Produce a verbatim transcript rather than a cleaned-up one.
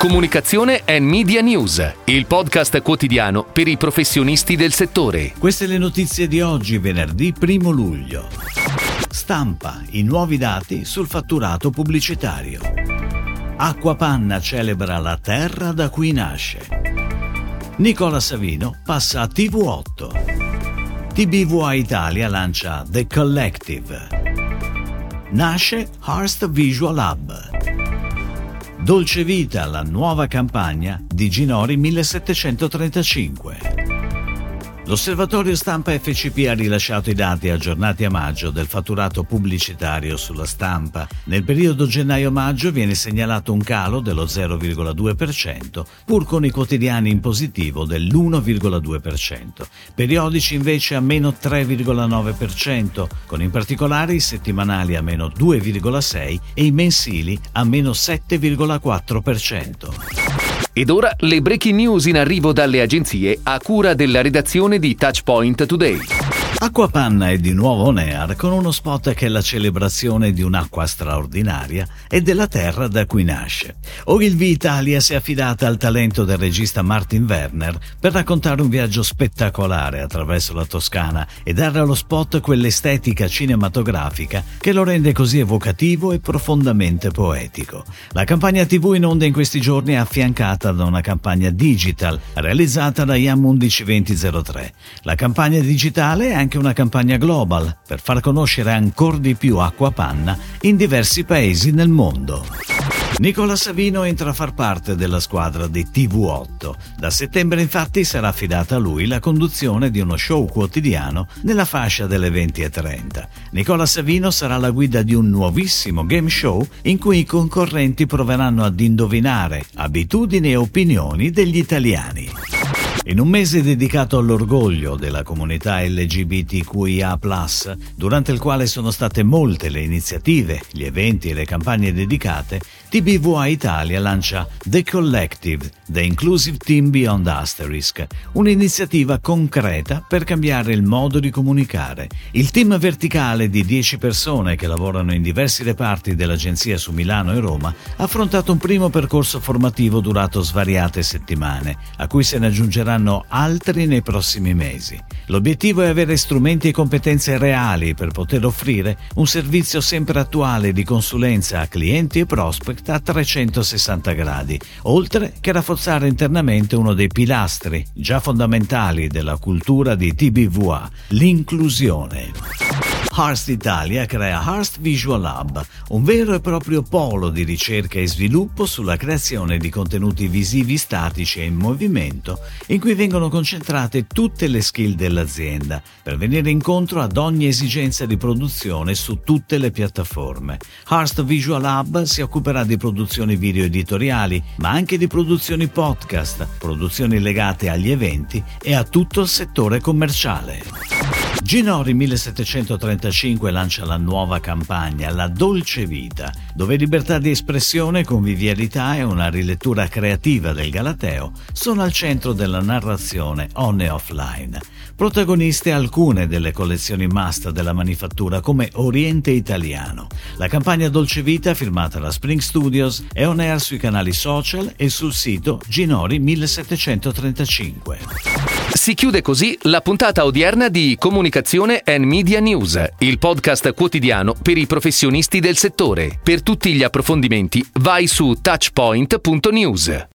Comunicazione and Media News, il podcast quotidiano per i professionisti del settore. Queste le notizie di oggi, venerdì primo luglio. Stampa, i nuovi dati sul fatturato pubblicitario. Acquapanna celebra la terra da cui nasce. Nicola Savino passa a T V otto. T B V A Italia lancia The Collective. Nasce Hearst Visual Hub. Dolce Vita, la nuova campagna di Ginori millesettecentotrentacinque. L'Osservatorio Stampa F C P ha rilasciato i dati aggiornati a maggio del fatturato pubblicitario sulla stampa. Nel periodo gennaio-maggio viene segnalato un calo dello zero virgola due per cento, pur con i quotidiani in positivo dell'uno virgola due per cento. Periodici invece a meno tre virgola nove per cento, con in particolare i settimanali a meno due virgola sei per cento e i mensili a meno sette virgola quattro per cento. Ed ora le breaking news in arrivo dalle agenzie a cura della redazione di Touchpoint Today. Acquapanna è di nuovo on air con uno spot che è la celebrazione di un'acqua straordinaria e della terra da cui nasce. Ogilvy Italia si è affidata al talento del regista Martin Werner per raccontare un viaggio spettacolare attraverso la Toscana e dare allo spot quell'estetica cinematografica che lo rende così evocativo e profondamente poetico. La campagna tivù in onda in questi giorni è affiancata da una campagna digital realizzata da Iam undici venti zero tre. La campagna digitale è anche una campagna global per far conoscere ancora di più Acquapanna in diversi paesi nel mondo. Nicola Savino entra a far parte della squadra di T V otto. Da settembre infatti sarà affidata a lui la conduzione di uno show quotidiano nella fascia delle venti e trenta. Nicola Savino sarà la guida di un nuovissimo game show in cui i concorrenti proveranno ad indovinare abitudini e opinioni degli italiani. In un mese dedicato all'orgoglio della comunità L G B T Q I A plus, durante il quale sono state molte le iniziative, gli eventi e le campagne dedicate, T B V A Italia lancia The Collective, The Inclusive Team Beyond Asterisk, un'iniziativa concreta per cambiare il modo di comunicare. Il team verticale di dieci persone che lavorano in diversi reparti dell'agenzia su Milano e Roma ha affrontato un primo percorso formativo durato svariate settimane, a cui se ne aggiungeranno altri nei prossimi mesi. L'obiettivo è avere strumenti e competenze reali per poter offrire un servizio sempre attuale di consulenza a clienti e prospect a trecentosessanta gradi, oltre che rafforzare internamente uno dei pilastri già fondamentali della cultura di T B V A, l'inclusione. Hearst Italia crea Hearst Visual Hub, un vero e proprio polo di ricerca e sviluppo sulla creazione di contenuti visivi statici e in movimento, in cui vengono concentrate tutte le skill dell'azienda per venire incontro ad ogni esigenza di produzione su tutte le piattaforme. Hearst Visual Hub si occuperà di produzioni video editoriali, ma anche di produzioni podcast, produzioni legate agli eventi e a tutto il settore commerciale. Ginori millesettecentotrentacinque lancia la nuova campagna La Dolce Vita, dove libertà di espressione, convivialità e una rilettura creativa del Galateo sono al centro della narrazione on e offline. Protagoniste alcune delle collezioni must della manifattura come Oriente Italiano. La campagna Dolce Vita, firmata da Spring Studios, è on air sui canali social e sul sito Ginori millesettecentotrentacinque. Si chiude così la puntata odierna di Comunicazione and Media News, il podcast quotidiano per i professionisti del settore. Per tutti gli approfondimenti vai su touchpoint punto news.